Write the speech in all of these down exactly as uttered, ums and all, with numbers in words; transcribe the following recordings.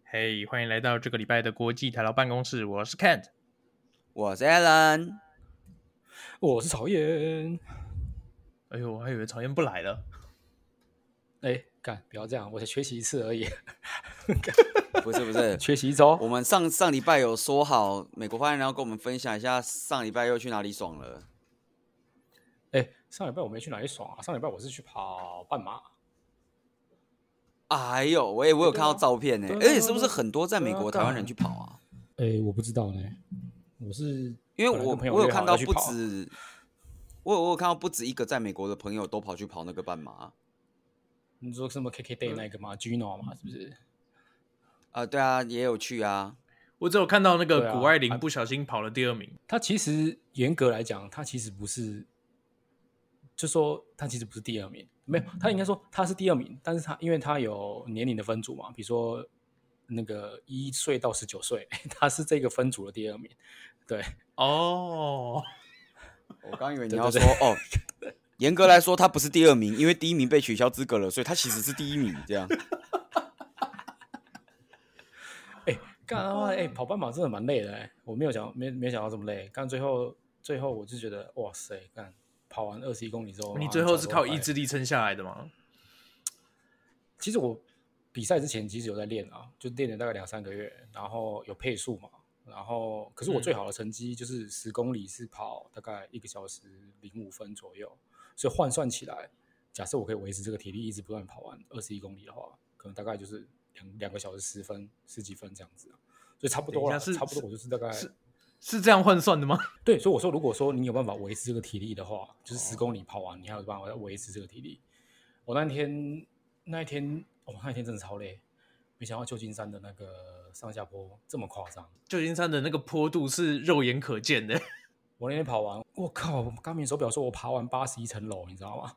嘿，欢迎来到这个礼拜的国际台劳办公室，我是 Kent， 我是 Alan， 我是曹燕。 哎呦，我还以为曹燕不来了。 哎，干，不要这样，我才缺席一次而已。 不是不是， 缺席一周。 我们上上礼拜有说好，美国发言人要跟我们分享一下上礼拜又去哪里爽了。 哎，上礼拜我没去哪里爽啊？上礼拜我是去跑半马。 哎呦，我也我有看到照片呢，而且是不是很多在美国台湾人去跑啊？ 哎，我不知道呢，我是因为我我有看到不止， 止，我有我有看到不止一个在美国的朋友都跑去跑那个半马。 你说什么 K K Day 那个吗 ？Gino 嘛，是不是？ 啊、呃，对啊，也有去啊。 我只有看到那个啊谷爱凌不小心跑了第二名。 他其实严格来讲，他其实不是，就说他其实不是第二名，没有，他应该说他是第二名，但是他因为他有年龄的分组嘛，比如说那个一岁到十九岁，他是这个分组的第二名。对， 哦， 我刚以为你要说哦，严格来说他不是第二名，因为第一名被取消资格了，所以他其实是第一名这样。 哎，干的话，哎，跑半马真的蛮累的哎，我没有想没没想到这么累，干最后最后我就觉得哇塞，干跑完二十一公里之后， 你最后是靠意志力撑下来的吗？ 其实我比赛之前其实有在练啊，就练了大概两三个月，然后有配速嘛，然后可是我最好的成绩就是十公里是跑大概一个小时零五分左右，所以换算起来，假设我可以维持这个体力一直不断跑完二十一公里的话，可能大概就是两两个小时十分十几分这样子，所以差不多了，差不多我就是大概是是这样换算的吗？ 对，所以我说如果说你有办法维持这个体力的话，就是十公里跑完，你还有办法维持这个体力。我那天那一天，哦，那一天真的超累，没想到旧金山的那个上下坡这么夸张。 旧金山的那个坡度是肉眼可见的。 我那天跑完，我靠！刚明手表说我爬完八十一层楼，你知道吗？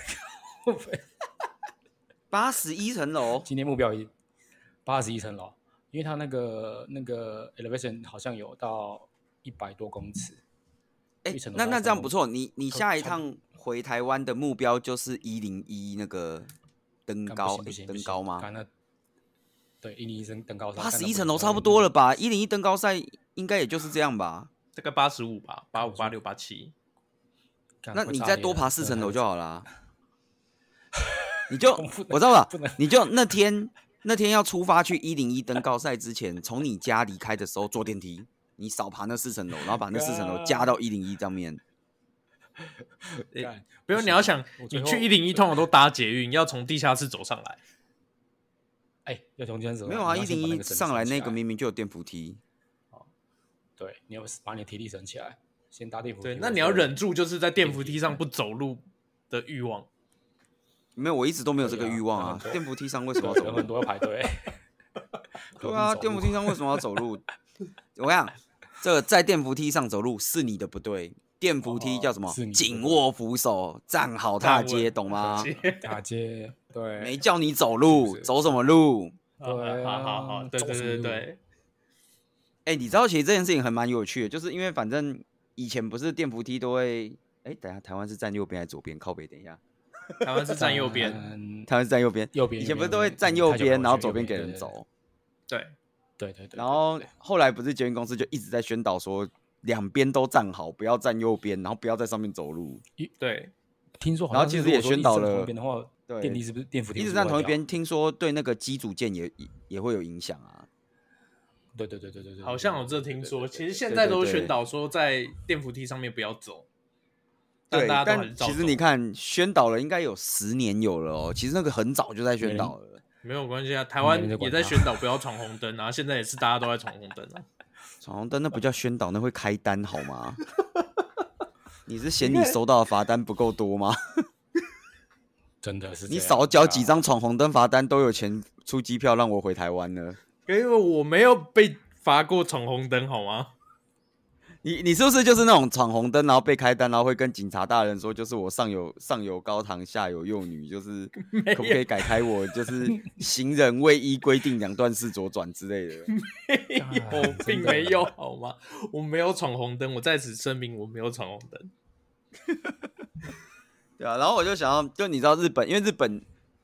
八十一层楼， 今天目标已八十一层楼，因为它那个那个 elevation 好像有到一百多公尺。 哎、欸，那那这样不错。你你下一趟回台湾的目标就是一零一那个登高登高吗？ 对，一零一登登高赛， 八十一层楼差不多了吧？一零一登高赛应该也就是这样吧？ 大概八十五吧，八五、八六、八七。 那你再多爬四层楼就好了。你就我知道了，你就那天那天要出发去一零一登高赛之前，从你家离开的时候坐电梯。你少爬那四层楼，然后把那四层楼加到一零一上面。 欸、不用，你要想，你去一零一通常都搭捷运，要从地下室走上来。 哎、欸，要从地下室走。 没有啊，一零一上来那个明明就有电扶梯。 对，你要把你的体力省起来，先搭电扶梯。 对，那你要忍住，就是在电扶梯上不走路的欲望。 没有，我一直都没有这个欲望啊。电扶梯上为什么要走路？ 人很多要排队。 对啊，电扶梯上为什么要走路？我讲。这个在电扶梯上走路是你的不对，电扶梯叫什么？紧握扶手，站好踏阶，懂吗？ 踏阶，对， 没叫你走路，走什么路？ 对， 好好好，对对对对。 哎、欸，你知道其实这件事情还蛮有趣的，就是因为反正以前不是电扶梯都会，哎、欸，等一下台湾是站右边还是左边？靠北，等一下， 台湾是站右边， 台湾是站右边， 右边， 以前不是都会站右边，然后左边给人走？ 对。 对对对， 然后后来不是捷运公司就一直在宣导说，两边都站好，不要站右边，然后不要在上面走路。 对， 听说好像，然后其实也宣导了， 对，电梯是不是电扶梯一直站同一边？听说对那个机组件也也会有影响啊。 对对对对对对， 好像有这听说。其实现在都宣导说在电扶梯上面不要走。 对， 但大家都还是照走。 其实你看，宣导了应该有十年有了哦。其实那个很早就在宣导了。 没有关系啊，台湾也在宣导不要闯红灯啊，现在也是大家都在闯红灯啊。 闯红灯那不叫宣导，那会开单好吗？你是嫌你收到的罚单不够多吗？ 真的是， 你少缴几张闯红灯罚单，都有钱出机票让我回台湾了。 因为我没有被罚过闯红灯，好吗？ 你你是不是就是那种闯红灯，然后被开单，然后会跟警察大人说，就是我上有上有高堂，下有幼女，就是可不可以改开我，就是行人未依规定两段式左转之类的？ 没有，并没有，好吗？我没有闯红灯，我在此声明我没有闯红灯。 对啊，然后我就想要，就你知道日本，因为日本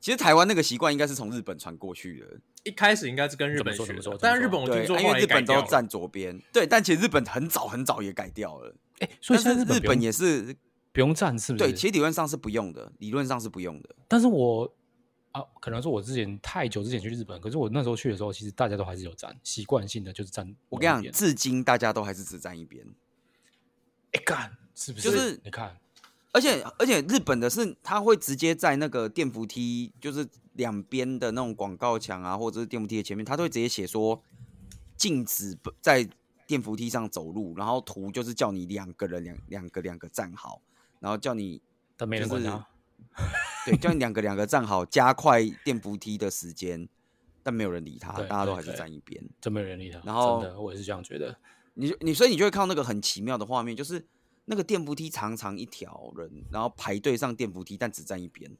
其实台湾那个习惯应该是从日本传过去的。 一开始应该是跟日本学的，但日本我听说因为日本都站左边，对，但其实日本很早很早也改掉了。 哎、欸，所以现在日本也是不用站，是不是？ 对，其实理论上是不用的，理论上是不用的。 但是我啊，可能说我之前太久之前去日本，可是我那时候去的时候，其实大家都还是有站，习惯性的就是站。 我跟你讲，至今大家都还是只站一边。 哎、欸，干，是不是？ 就是你看。 而且而且日本的是，他会直接在那个电扶梯，就是两边的那种广告墙啊，或者是电扶梯的前面，他都会直接写说禁止在电扶梯上走路，然后图就是叫你两个人两两个两个站好，然后叫你、就是， 但没人管他， 对，叫你两个两个站好，加快电扶梯的时间，但没有人理他，大家都还是站一边， 真没有人理他。 然后真的，我也是这样觉得。 你你所以你就会看到那个很奇妙的画面，就是。那个电扶梯长长一条人，然后排队上电扶梯，但只站一边。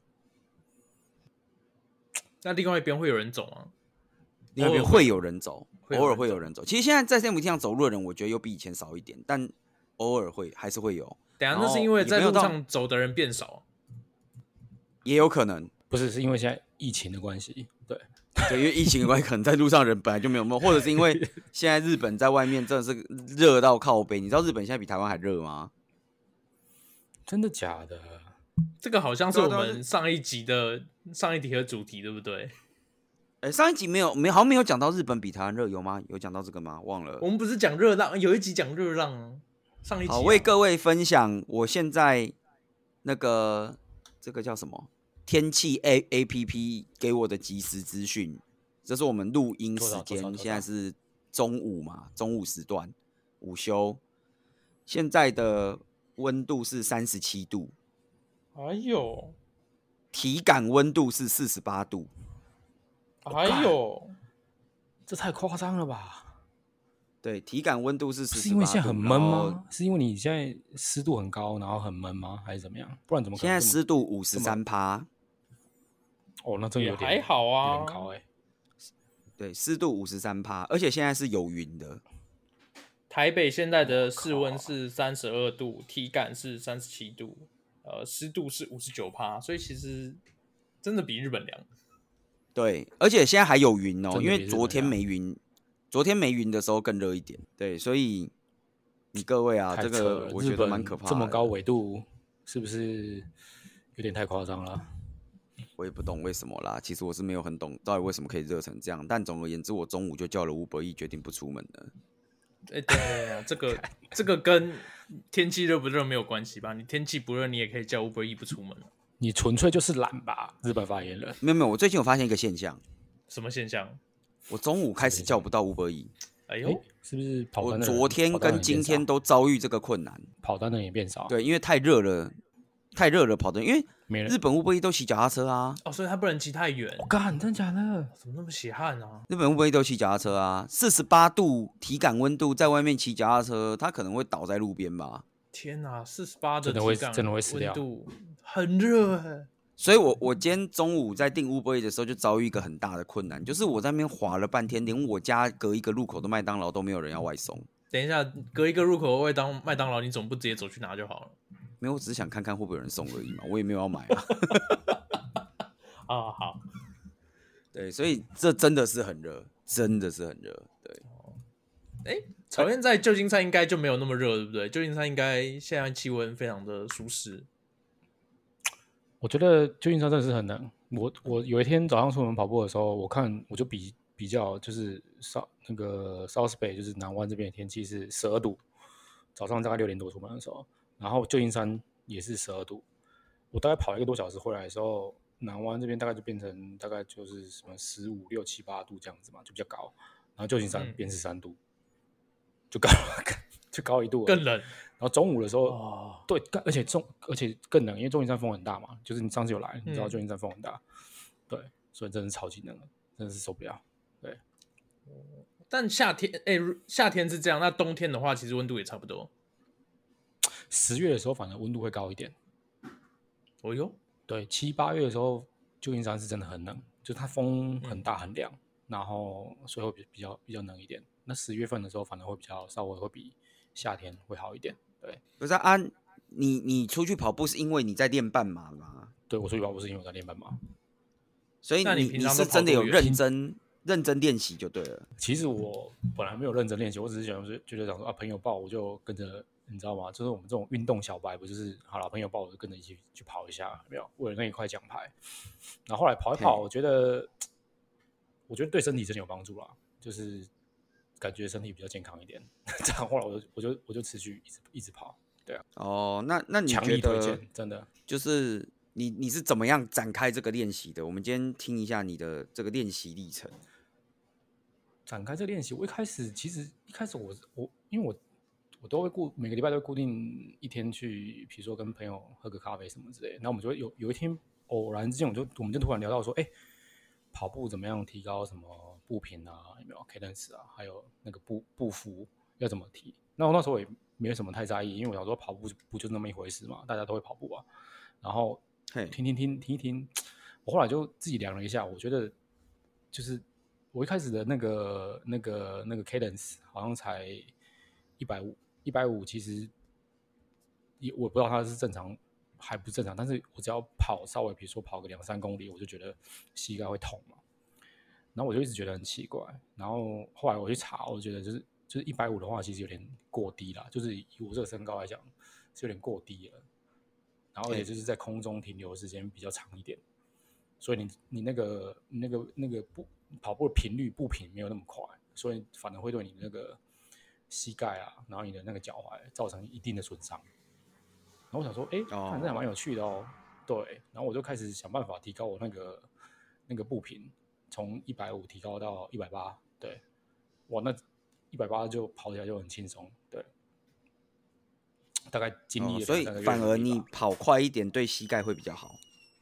那另外一边会有人走吗？ 另外一边会有人走，偶尔会有人走。其实现在在电扶梯上走路的人，我觉得又比以前少一点，但偶尔会还是会有。 等一下，那是因为在路上走的人变少， 也有可能不是，是因为现在疫情的关系。对对，因为疫情的关系，可能在路上人本来就没有，或者是因为现在日本在外面真的是热到靠北。你知道日本现在比台湾还热吗？ 真的假的？ 这个好像是我们上一集的上一题的主题，对不对？ 哎、欸，上一集没有，没好像没有讲到日本比台湾热，有吗？有讲到这个吗？忘了。 我们不是讲热浪，有一集讲热浪啊。上一集、啊、 好，为各位分享，我现在那个这个叫什么天气 A A P P 给我的即时资讯。这是我们录音时间，现在是中午嘛，中午时段午休。现在的温度是三十七度， 哎呦， 体感温度是四十八度， 哎呦， 这太夸张了吧？ 对，体感温度是四十八度， 是因为现在很闷吗？是因为你现在湿度很高，然后很闷吗？还是怎么样？不然怎么可能？ 现在湿度五十三趴， 哦，那这个有点还好啊， 有点高哎、欸。 对，湿度五十三趴，而且现在是有云的。 台北现在的室温是三十二度，体感是三十七度，呃，湿度是五十九趴，所以其实真的比日本凉。 对，而且现在还有云哦，因为昨天没云，昨天没云的时候更热一点。对，所以你各位啊，这个我觉得蛮可怕的。 这么高纬度是不是有点太夸张了？ 我也不懂为什么啦，其实我是没有很懂到底为什么可以热成这样。但总而言之，我中午就叫了 Uber Eats，决定不出门了。 哎、欸，对对啊，这个这个跟天气热不热没有关系吧？你天气不热，你也可以叫 Uber Eats 不出门。 你纯粹就是懒吧？日本发言人。 没有没有，我最近有发现一个现象。 什么现象？ 我中午开始叫不到 Uber Eats。 哎呦， 欸、是不是跑单的人？我昨天跟今天都遭遇这个困难， 跑单的人也变少。 对，因为太热了，太热了，跑的，因为日本 Uber Eats 都骑脚踏车啊。 哦，所以他不能骑太远。 我、哦、干，真的假的？ 怎么那么血汗啊？ 日本 Uber Eats 都骑脚踏车啊，四十八度体感温度，在外面骑脚踏车，他可能会倒在路边吧？ 天哪，四十八的体感温度真的会死掉， 很热哎。 所以我我今天中午在订 Uber Eats 的时候，就遭遇一个很大的困难，就是我在那边滑了半天，连我家隔一个路口的麦当劳都没有人要外送。 等一下，隔一个入口的当麦当劳，你总不直接走去拿就好了？ 没有，我只是想看看会不会有人送而已嘛，我也没有要买啊。 啊，好， 对，所以这真的是很热，真的是很热。对， 哎、欸，草原在旧金山应该就没有那么热，对不对？旧金山应该现在气温非常的舒适。 我觉得旧金山真的是很冷。我我有一天早上出门跑步的时候，我看我就比比较，就是少那个 South Bay 就是南湾这边的天气是十二度，早上大概六点多出门的时候，然后旧金山也是十二度。我大概跑了一个多小时回来的时候，南湾这边大概就变成大概就是什么十五六七八度这样子嘛，就比较高。然后旧金山变十三度，嗯、就高就高一度， 更冷。 然后中午的时候，哦、对，而且中而且更冷，因为旧金山风很大嘛，就是你上次有来，你知道旧金山风很大，嗯、对，所以真的是超级冷，真的是受不了。对， 但夏天，哎、欸，夏天是这样，那冬天的话，其实温度也差不多。 十月的时候，反而温度会高一点。 哦哟， 对，七八月的时候，旧金山是真的很冷，就是它风很大很凉，嗯、然后所以会比比较比较冷一点。那十月份的时候，反而会比较稍微会比夏天会好一点。对， 不是啊，你你出去跑步是因为你在练半马吗？ 对，我出去跑步是因为我在练半马。 所以你你是真的有认真认真练习就对了。 其实我本来没有认真练习，我只是想觉得想说啊，朋友报我就跟着，你知道吗？就是我们这种运动小白，不就是好了，朋友报我就跟着一起去跑一下，没有为了那一块奖牌。然后后来跑一跑，我觉得我觉得对身体真的有帮助啦，就是感觉身体比较健康一点。这样后来我就我就我就持续一直一直跑，对啊。 哦，那那你觉得真的就是你你是怎么样展开这个练习的？我们今天听一下你的这个练习历程。 展开这个练习，我一开始其实一开始我我因为我我都会固每个礼拜都会固定一天去，比如说跟朋友喝个咖啡什么之类的。然后我们就会有有一天偶然之间，我就我们就突然聊到说，哎，跑步怎么样提高什么步频啊，有没有 cadence 啊，还有那个步步幅要怎么提？那我那时候也没有什么太在意，因为我想说跑步不就那么一回事嘛，大家都会跑步啊。然后听听听听一听，我后来就自己量了一下，我觉得就是。我一开始的那个、那个、那个 cadence 好像才一百五，一百五其实我不知道它是正常还不正常，但是我只要跑稍微，比如说跑个两三公里，我就觉得膝盖会痛嘛。然后我就一直觉得很奇怪，然后后来我去查，我觉得就是就是一百五的话，其实有点过低啦，就是以我这个身高来讲是有点过低了。然后而且就是在空中停留的时间比较长一点，所以你你那个那个那个步。跑步的频率步频没有那么快，所以反而会对你那个膝盖啊，然后你的那个脚踝造成一定的损伤。然后我想说，哎、欸，看这还蛮有趣的哦。对，然后我就开始想办法提高我那个那个步频，从一百五提高到一百八。对，哇，那一百八就跑起来就很轻松。对，大概经历了、哦， 所以反而你跑快一点对膝盖会比较好。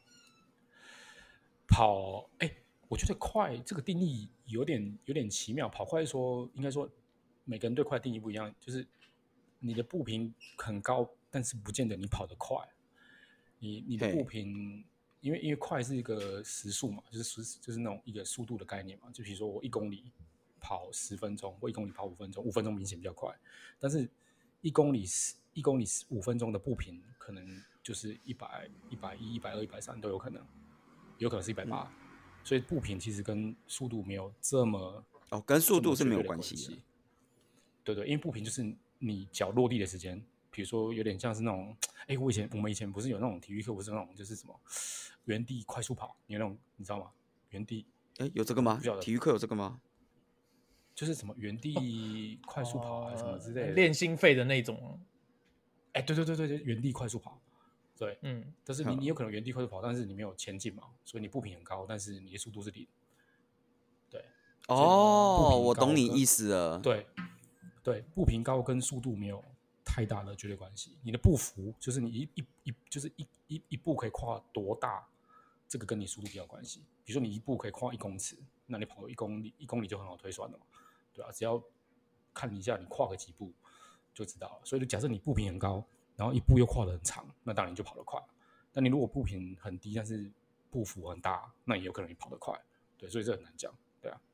跑，哎、欸。我觉得快这个定义有点有点奇妙。跑快说应该说每个人对快的定义不一样，就是你的步频很高，但是不见得你跑得快。你你的步频，因为因为快是一个时速嘛，就是就是那种一个速度的概念嘛。就比如说我一公里跑十分钟，或一公里跑五分钟，五分钟明显比较快，但是一公里一公里五分钟的步频可能就是一百、一百一、一百二、一百三都有可能，有可能是一百八。所以步频其实跟速度没有这么哦，跟速度是没有关系的。 对对，因为步频就是你脚落地的时间，比如说有点像是那种，哎，我以前我们以前不是有那种体育课，不是那种就是什么原地快速跑，有那种你知道吗？原地， 哎，有这个吗？体育课有这个吗？ 就是什么原地快速跑还是什么之类的， 练心肺的那种。 哎，对对对对对，原地快速跑。对， 嗯， 但是你你有可能原地快速跑，但是你没有前进嘛，所以你步频很高，但是你的速度是零。对， 哦，我懂你意思了。 对，对，步频高跟速度没有太大的绝对关系。你的步幅就是你一一一就是一一一步可以跨多大，这个跟你速度比较有关系。比如说你一步可以跨一公尺，那你跑一公里，一公里就很好推算了嘛，对啊，只要看一下你跨个几步就知道了。所以假设你步频很高，然后一步又跨得很长，那当然你就跑得快。但你如果步频很低，但是步幅很大，那也有可能你跑得快。对，所以这很难讲。对啊。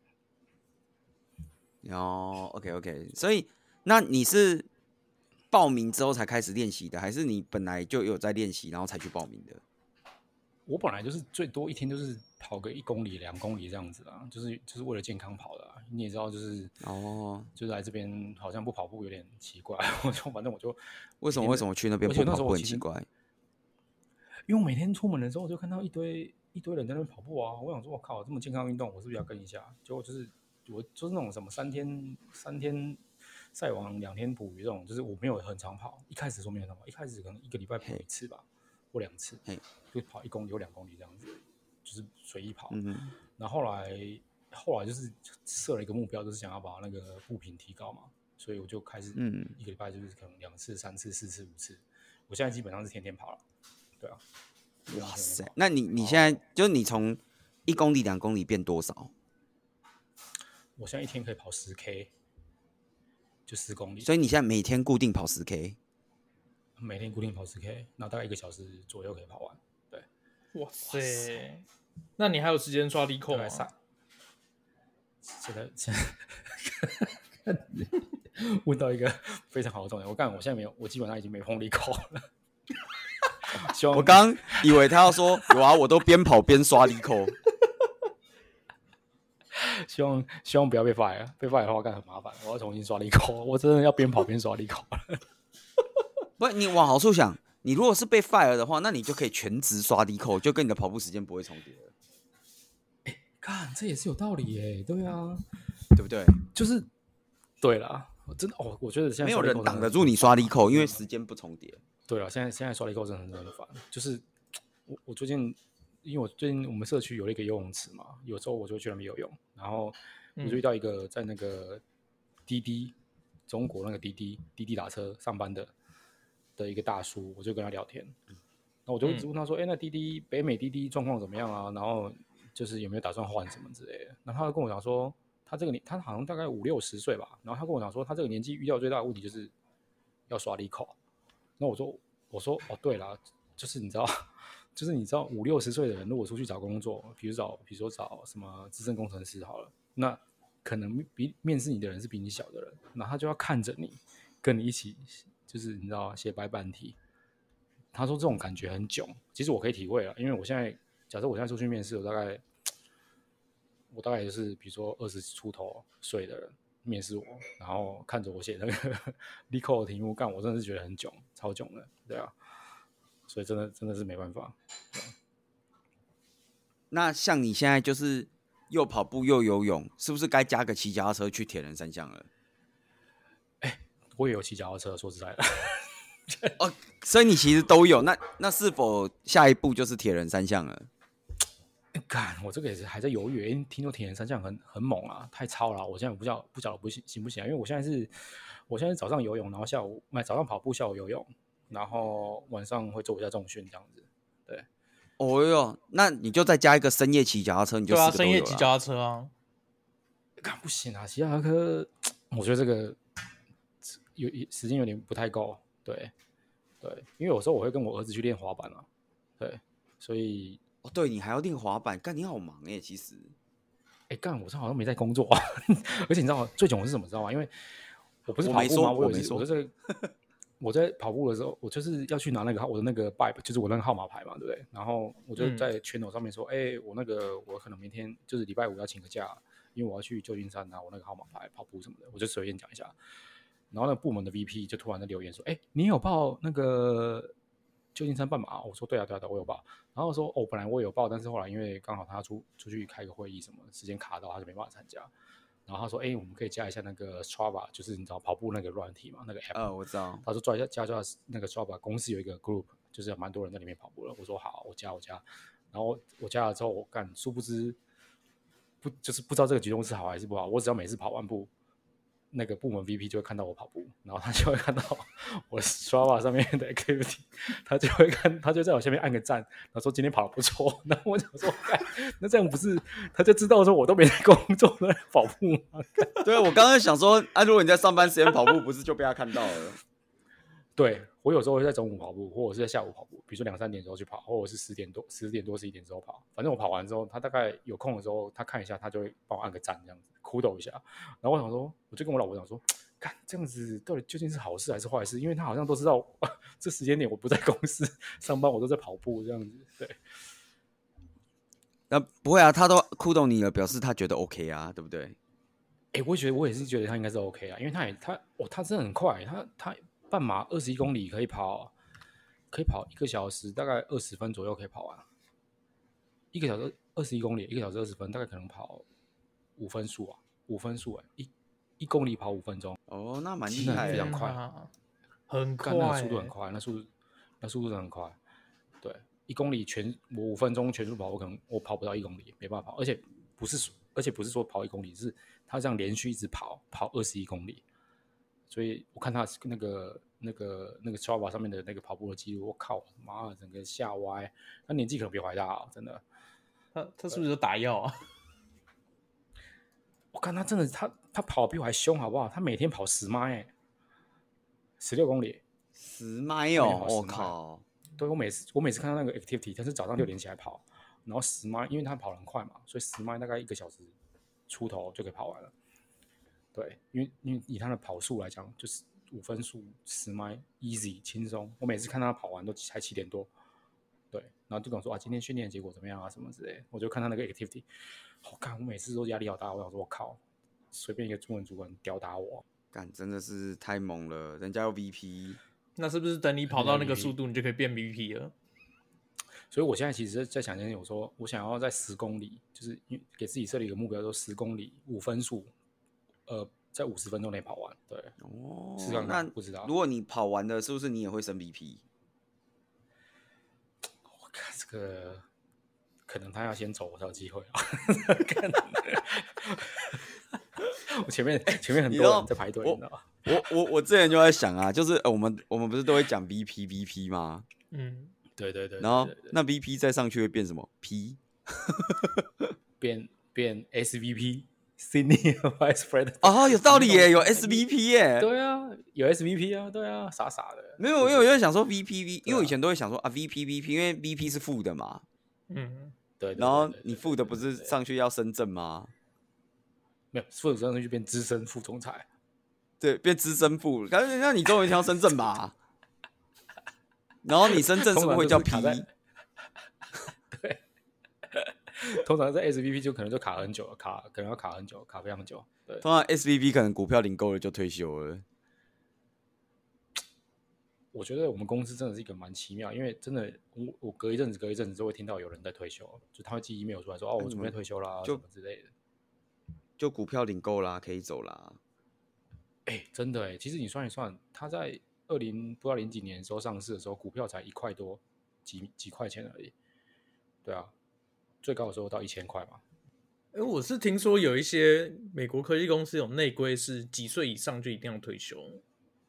哦 ，OK OK， 所以那你是报名之后才开始练习的，还是你本来就有在练习，然后才去报名的？ 我本来就是最多一天就是跑个一公里、两公里这样子啦，就是就是为了健康跑的啦。你也知道，就是哦， 就是来这边好像不跑步有点奇怪，我就反正我就为什么为什么去那边不跑步很奇怪？ 因为我每天出门的时候，我就看到一堆一堆人在那边跑步啊，我想说，我靠，这么健康运动，我是不是要跟一下？结果就是我就是那种什么三天三天晒网两天捕鱼这种，就是我没有很常跑。一开始说没有很常跑，一开始可能一个礼拜跑一次吧。或两次，就跑一公里或两公里这样子，就是随意跑。嗯、然后后来后来就是设了一个目标，就是想要把那个步频提高嘛，所以我就开始一个礼拜就是可能两次、三次、四次、五次。我现在基本上是天天跑了，对啊。 哇塞！那你你现在就是你从一公里、两公里变多少？ 我现在一天可以跑十 K， 就十公里。 所以你现在每天固定跑十 K。 每天固定跑十 K， 然后大概一个小时左右可以跑完。对， 哇塞！哇塞，那你还有时间刷力扣吗？ 现在现在问到一个非常好的重点，我干，我现在没有，我基本上已经没碰力扣了。 我刚以为他要说有啊，我都边跑边刷力扣。 希望希望不要被 fire， 被 fire 的话干很麻烦，我要重新刷力扣，我真的要边跑边刷力扣了。 不，你往好处想，你如果是被 fire 的话，那你就可以全职刷力扣，就跟你的跑步时间不会重叠了。 哎、欸，看这也是有道理耶，对啊， 对不对？就是对啦，真的哦，我觉得现在没有人挡得住你刷力扣，因为时间不重叠。 对了，现在现在刷力扣真的很烦，就是我我最近。因为我最近我们社区有了一个游泳池嘛，有时候我就去那边游泳，然后我就遇到一个在那个滴滴、嗯、中国那个滴滴滴滴打车上班的的一个大叔，我就跟他聊天，那我就一直问他说：“哎、嗯欸，那滴滴北美滴滴状况怎么样啊？然后就是有没有打算换什么之类的？”然后他就跟我讲说，他这个年他好像大概五六十岁吧，然后他跟我讲说，他这个年纪遇到最大的问题就是要刷力扣。那我说我说哦，对啦，就是你知道。就是你知道五六十岁的人，如果出去找工作，比如找，比如说找什么资深工程师好了，那可能比面试你的人是比你小的人，那他就要看着你，跟你一起，就是你知道写白板题。他说这种感觉很囧，其实我可以体会了，因为我现在假设我现在出去面试，我大概我大概就是比如说二十出头岁的人面试我，然后看着我写那个力扣的题目，干我真的是觉得很囧，超囧的，对啊。所以真的真的是没办法。 那像你现在就是又跑步又游泳，是不是该加个骑脚踏车去铁人三项了？ 哎、欸，我也有骑脚踏车，说实在的。 哦，所以你其实都有。那那是否下一步就是铁人三项了？ 干、欸，我这个也是还在犹豫。因为听说铁人三项很很猛啊，太超了。我现在不知道不晓得不行行不行啊？因为我现在是，我现在是早上游泳，然后下午买早上跑步，下午游泳。然后晚上会做一下重训这样子，对。 哦哟，那你就再加一个深夜骑脚踏车，你就四个都有了。 对啊，深夜骑脚踏车啊。 干不行啊，骑脚踏车，我觉得这个有时间有点不太够，对对，因为有时候我会跟我儿子去练滑板啊，对，所以哦，对你还要练滑板，干你好忙哎，其实。 哎，干我这好像没在工作啊，而且你知道吗？最囧的是什么？知道吗？因为我不是跑步吗？我我没说， 我这个。我在跑步的时候，我就是要去拿那个我的那个 bike， 就是我那个号码牌嘛，对不对？然后我就在圈头上面说，哎、嗯欸，我那个我可能明天就是礼拜五要请个假，因为我要去旧金山拿我那个号码牌跑步什么的，我就随便讲一下。然后那个部门的 V P 就突然在留言说，哎、欸，你有报那个旧金山半马？我说对啊，对啊，对啊，我有报。然后说哦，本来我有报，但是后来因为刚好他出出去开个会议什么，时间卡到，他就没办法参加。然后他说：“哎、欸，我们可以加一下那个 Strava， 就是你知道跑步那个软体嘛，那个 app。” 呃，我知道。 他说：“加一下，加加那个 Strava 公司有一个 group， 就是有蛮多人在里面跑步了。”我说：“好，我加，我加。”然后我加了之后，我干，殊不知不就是不知道这个举动是好还是不好。我只要每次跑完步，那个部门 V P 就会看到我跑步，然后他就会看到我 Strava 上面的 activity， 他就会看，他就在我下面按个赞，然后说今天跑得不错。然后我想说，那这样不是他就知道说我都没在工作，都在跑步吗？ 对，我刚刚想说，啊，如果你在上班时间跑步，不是就被他看到了？ 对，我有时候会在中午跑步，或者是在下午跑步，比如说两三点之后去跑，或者是十点多、十点多、十一点之后跑。反正我跑完之后，他大概有空的时候，他看一下，他就会帮我按个赞，这样子，苦斗一下。然后我想说，我就跟我老婆讲说，干这样子到底究竟是好事还是坏事？因为他好像都知道这时间点我不在公司上班，我都在跑步这样子。对， 那不会啊，他都苦斗你了，表示他觉得 OK 啊，对不对？ 哎、欸，我也觉得，我也是觉得他应该是 OK 啊，因为他也他哦，他真的很快，他他。半马二十一公里可以跑，可以跑一个小时，大概二十分左右可以跑完。一个小时二十一公里，一个小时二十分，大概可能跑五分数啊，五分数哎、欸，一一公里跑五分钟。 哦，那蛮厉害的， 非常快， 嗯、很快、欸， 那个速度很快，那速度那速度真的很快。对，一公里全我五分钟全速跑，我可能我跑不到一公里，没办法跑，而且不是而且不是说跑一公里，是他这样连续一直跑，跑二十一公里。所以我看他那个那个那个 Strava 上面的那个跑步的记录，我靠，妈的，整个吓歪。他年纪可能比我还大、哦，真的。 他他是不是有打药啊？ 我看他真的，他他跑比我还凶，好不好？他每天跑十迈、欸，十六公里， 十迈哦，我靠！ 对，我每次我每次看到那个 activity， 他是早上六点起来跑，然后十迈，因为他跑得很快嘛，所以十迈大概一个小时出头就可以跑完了。对，因为因为以他的跑速来讲，就是五分速十迈 easy 轻松。我每次看他跑完都才七点多，对对，然后就跟我说啊，今天训练结果怎么样啊，什么之类的。我就看他那个 activity， 我、哦、看我每次都压力好大，我想说我靠，随便一个中文主管吊打我， 干真的是太猛了，人家要 V P， 那是不是等你跑到那个速度，你就可以变 V P 了？ 所以我现在其实在想一件事，我说我想要在十公里，就是给自己设立一个目标，说十公里五分数，呃，在五十分钟内跑完。对， 哦， 是这样，那不知道。 如果你跑完了，是不是你也会升 V P？ 我看这个，可能他要先走，我才有机会啊。我前面前面很多人在排队，你知道吗？ 我我我之前就在想啊，就是我们我们不是都会讲 V P V P 吗？ 嗯。 对对 对, 對， 然后那 V P 再上去会变什么 ？P 变变 S V P，Senior Vice President。 哦，有道理耶，有 S V P 耶。 对啊，有 S V P 啊，对啊，傻傻的。 没有，因为我就想说 V P V，、啊、因为我以前都会想说啊 V P V P， 因为 V P 是负的嘛。 嗯， 对。 然后你负的不是上去要升正吗？ 没有，负的上去就变资深副总裁。 对，变资深副，但是那你总有一天要升正吧？然后你升正是不是会叫 P？ 对，通常在 S V P 就可能就卡很久，卡可能要卡很久，卡非常久。对， 通常 S V P 可能股票领够了就退休了。 我觉得我们公司真的是一个蛮奇妙，因为真的我我隔一阵子隔一阵子就会听到有人在退休，就他会寄 email 出来说哦我准备退休啦，什么之类的。 就股票领够啦，可以走啦。 哎、欸，真的哎、欸，其实你算一算，他在二零不知道零几年的时候上市的时候，股票才一块多，几几块钱而已。对啊，最高的时候到一千块嘛。 哎，我是听说有一些美国科技公司有内规，是几岁以上就一定要退休。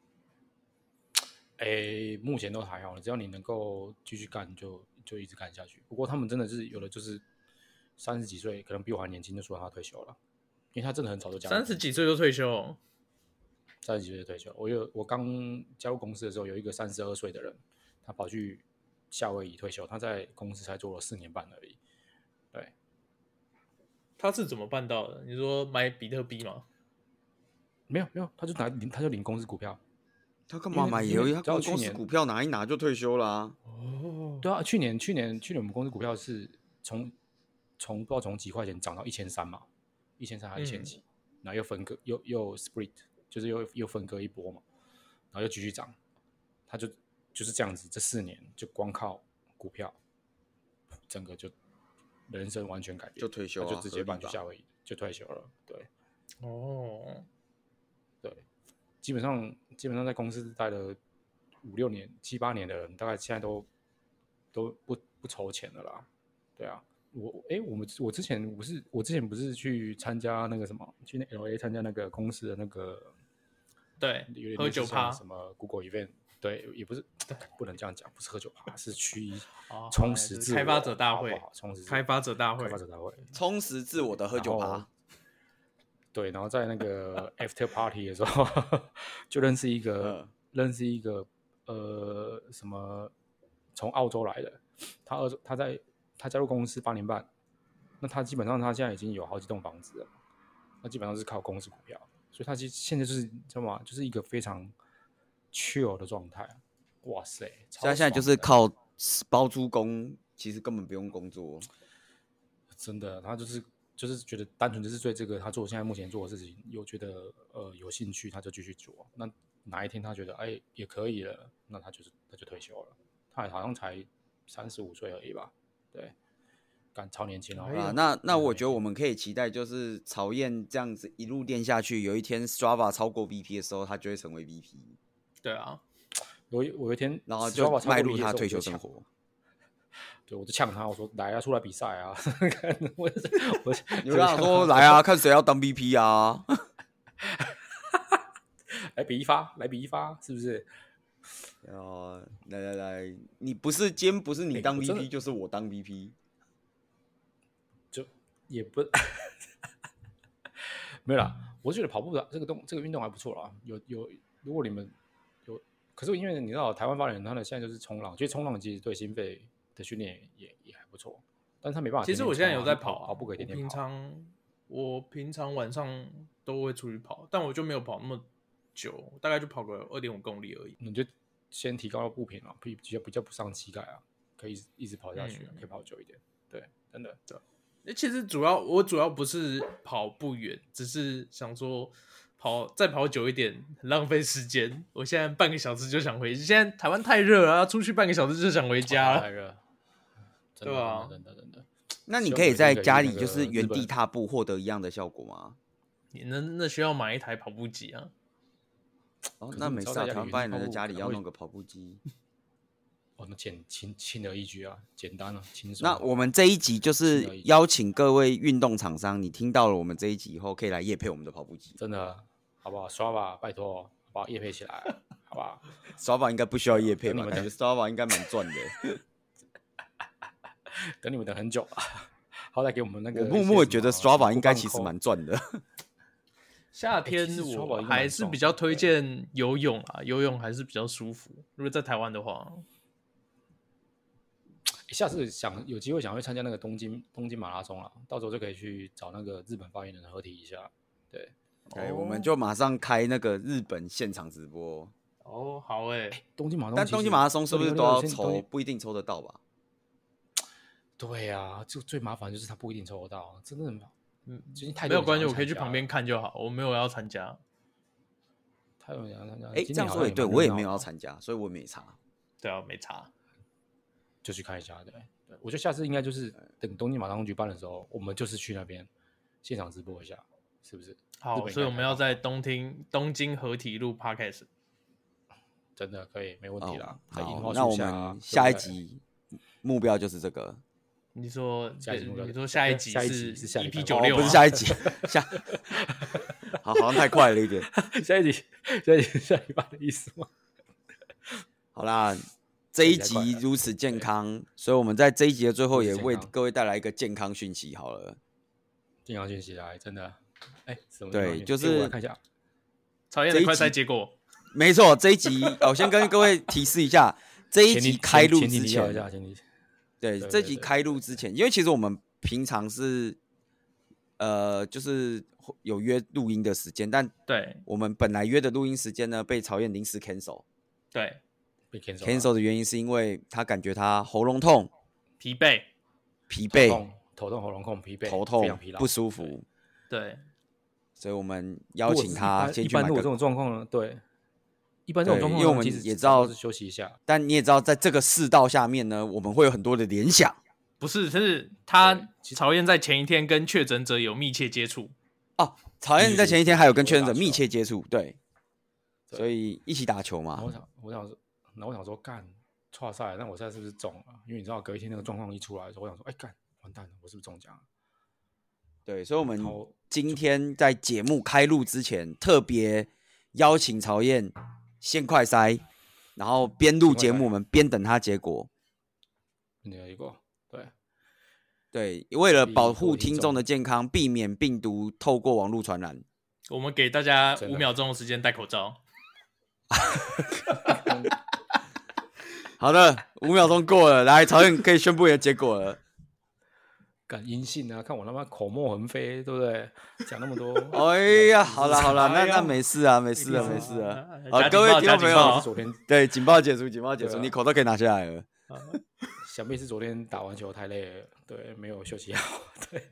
哎，目前都还好，只要你能够继续干就，就就一直干下去。不过他们真的是有的就是三十几岁，可能比我还年轻就说他退休了，因为他真的很早就加入。 三十几岁就退休、哦？ 三十几岁就退休。我有我刚加入公司的时候，有一个三十二岁的人，他跑去夏威夷退休，他在公司才做了四年半而已。对， 他是怎么办到的？你说买比特币吗？ 没有没有，他就拿他就领公司股票。 他干嘛买也有？他公司股票拿一拿就退休啦、啊。 哦，对啊，去年去年去年我们公司股票是从从不知道从几块钱涨到一千三嘛，一千三还一千几，然后又分割又又 split， 就是又又分割一波嘛，然后又继续涨，他就就是这样子，这四年就光靠股票，整个就人生完全改变， 就退休、啊， 就直接搬去夏威夷就退休了。对， 哦， 对，基本上基本上在公司待了五六年、七八年的人，大概现在都都不不愁钱了啦。对啊，我哎，我们我之前不是我之前不是去参加那个什么，去那 L A 参加那个公司的那个对喝酒趴什么 Google event， 对，也不是不能这样讲，不是喝酒趴，是去充实自我、 开发者大会， 好好充实开发者大会， 开发者大会， 充实自我的喝酒趴。 对，然后在那个 after party 的时候，就认识一个、嗯、认识一个呃什么从澳洲来的，他二他在他加入公司八年半，那他基本上他现在已经有好几栋房子了，那基本上是靠公司股票，所以他其实现在就是知道吗？就是一个非常 chill 的状态。哇塞， 他现在就是靠包租公，其实根本不用工作， 真的，他就是。就是觉得单纯就是对这个他做现在目前做的事情有觉得呃有兴趣，他就继续做。那哪一天他觉得哎也可以了，那他就是他就退休了。他好像才三十五岁而已吧？对，干超年轻哦。 啊，那那我觉得我们可以期待，就是曹燕这样子一路练下去，有一天 Strava 超过 V P 的时候，他就会成为 V P。 对啊， 我我有一天然后就迈入他退休生活。 对，我就呛他，我说来啊，出来比赛啊！我我你跟他说来啊，看谁要当 V P 啊！ 来比一发，来比一发，是不是？ 哦，来来来，你不是今天不是你当 V P，、欸、就是我当 V P， 就也不没有啦。我觉得跑步的这个动这个运动还不错啦。有有，如果你们有，可是因为你知道台湾发展，他的现在就是冲浪，其实冲浪其实对心肺的训练 也, 也还不错，但是他没办法天天。 其实我现在有在跑、啊， 跑步可以天天跑。 平常我平常晚上都会出去跑，但我就没有跑那么久，大概就跑个二点五公里而已。 你就先提高了步频啊，比较比较不伤膝盖啊。 可以一直跑下去， 嗯、 可以跑久一点。对，真的。 对，其实主要我主要不是跑不远，只是想说跑再跑久一点很浪费时间。我现在半个小时就想回，现在台湾太热了，出去半个小时就想回家了。 太热， 对啊， 真的真的真的。 那你可以在家里就是原地踏步获得一样的效果吗？ 你那那需要买一台跑步机啊。 哦，那没事啊，台湾发言人的家里要弄个跑步机。 哦，那简轻轻而易举啊，简单啊，轻松。 那我们这一集就是邀请各位运动厂商，你听到了我们这一集以后，可以来业配我们的跑步机， 真的，好不好？刷吧，拜托，好不好？业配起来，好不好？ 刷吧应该不需要业配吧？感觉刷吧应该蛮赚的。 等你们等很久了，好歹给我们那个。 我默默觉得刷吧应该其实蛮赚的。 夏天我还是比较推荐游泳啊，游泳还是比较舒服。如果在台湾的话。 下次想有机会想会参加那个东京东京马拉松了，到时候就可以去找那个日本发言人合体一下。对， 对，我们就马上开那个日本现场直播。 哦，好诶、 欸，东京马拉松， 但东京马拉松是不是都要抽？不一定抽得到吧？ 对呀、啊，就最麻烦就是他不一定抽得到，真的， 嗯， 最近太没有关系，我可以去旁边看就好，我没有要参加。 太多人要参加， 哎，这样说也对，我也没有要参加，所以我没差。 对啊，没差。 就去看一下，对对，我觉得下次应该就是等东京马拉松举办的时候，我们就是去那边现场直播一下，是不是？ 好，所以我们要在东京东京合体录 podcast， 真的可以，没问题啦。 哦、好， 那我们下一集目标就是这个。 你说， 下一集你说下一集是 E P 九六， 不是下一集，下，好，好像太快了一点。 下一集，下一集下一把的意思吗？ 好啦。这一集如此健康，所以我们在这一集的最后也为各位带来一个健康讯息。好了， 健康讯息来，真的，哎， 对，就是看一下曹燕的快筛结果。 没错，这一集我先跟各位提示一下，这一集开录之前，对，这集开录之前，因为其实我们平常是呃，就是有约录音的时间，但对我们本来约的录音时间呢，被曹燕临时 cancel。 对。 cancel, cancel 的原因是因为他感觉他喉咙痛、 疲惫、 疲惫、 头痛、头痛、喉咙痛、疲惫、 头痛、不舒服。 对， 所以我们邀请他先去买个。 一般如果这种状况呢？对，一般这种状况， 因为我们也知道休息一下， 但你也知道，在这个世道下面呢，我们会有很多的联想。 不是，是他曹燕在前一天跟确诊者有密切接触。 哦，曹燕在前一天还有跟确诊者密切接触，对，所以一起打球嘛。 我想，我想说。然后我想说，干，剉赛，那我现在是不是中了？因为你知道，隔一天那个状况一出来的时候，我想说，哎，干，完蛋了，我是不是中奖了？ 对，所以我们今天在节目开录之前，特别邀请曹燕先快筛，然后边录节目，我们边等他结果。 你有结果？对， 对，为了保护听众的健康，避免病毒透过网络传染， 我们给大家五秒钟的时间戴口罩。 好的，五秒钟过了，来，曹燕可以宣布你的结果了。 干阴性啊！看我他妈口沫横飞，对不对？讲那么多， 哎呀，好了好了，那那没事啊，没事啊，没事啊。好，各位听众朋友， 昨天对警报解除，警报解除，你口罩可以拿下来了。 想必是昨天打完球太累了，对，没有休息好，对。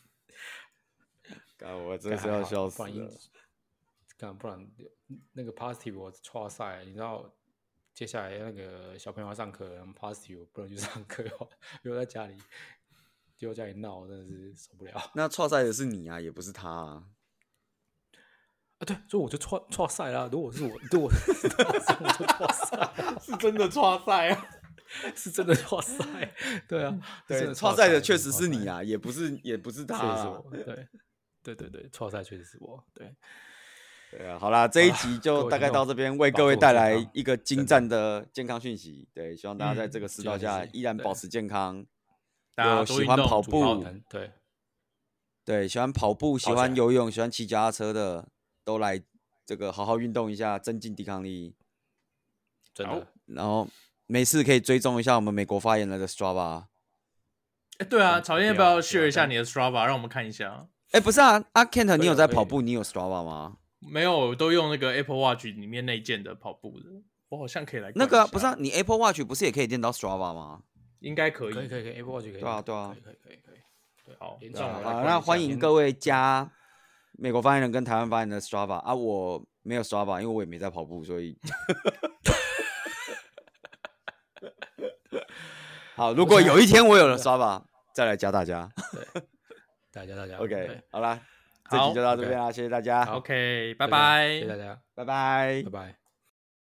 干，我真的是要笑死了。 干，不然那个 positive 我剉赛，你知道。接下来那个小朋友要上课 ，positive 不能去上课，留在家里，丢在家里闹，真的是受不了。 那剉赛的是你啊，也不是他啊。 啊，对，所以我就剉剉赛啦。如果是我，如果是我就剉赛， 是真的剉赛啊， 是真的剉赛。对啊， 对，剉赛的确实是你啊，也不是，也不是他、啊。 是我，对，对对对，剉赛确实是我，对。 对啊，好啦，这一集就大概到这边，为各位带来一个精湛的健康讯息。对，希望大家在这个世道下依然保持健康。有喜欢跑步， 对对，喜欢跑步、喜欢游泳、喜欢骑脚踏车的，都来这个好好运动一下，增进抵抗力。 真的。 然后没事可以追踪一下我们美国发言人的 Strava。 哎，对啊，曹燕要不要 share 一下你的 Strava， 让我们看一下？ 哎，不是啊，阿 Kent， 你有在跑步？你有 Strava 吗？ 没有，我都用那个 Apple Watch 里面内建的跑步的，我好像可以来。 那个、啊、不是啊，你 Apple Watch 不是也可以练到 Strava 吗？ 应该可以， 可以可以可以 ，Apple Watch 可以， 对啊对啊， 可以可以可以可以，对， 好， 连那我上来好，那欢迎各位加美国发言人跟台湾发言人的 Strava 啊，我没有 Strava， 因为我也没在跑步，所以好，如果有一天我有了 Strava， 再来加大家。 对，大家大家 OK， 好啦，这集就到这边啦，谢谢大家。 OK， 拜拜， 谢谢大家， 拜拜， 拜拜。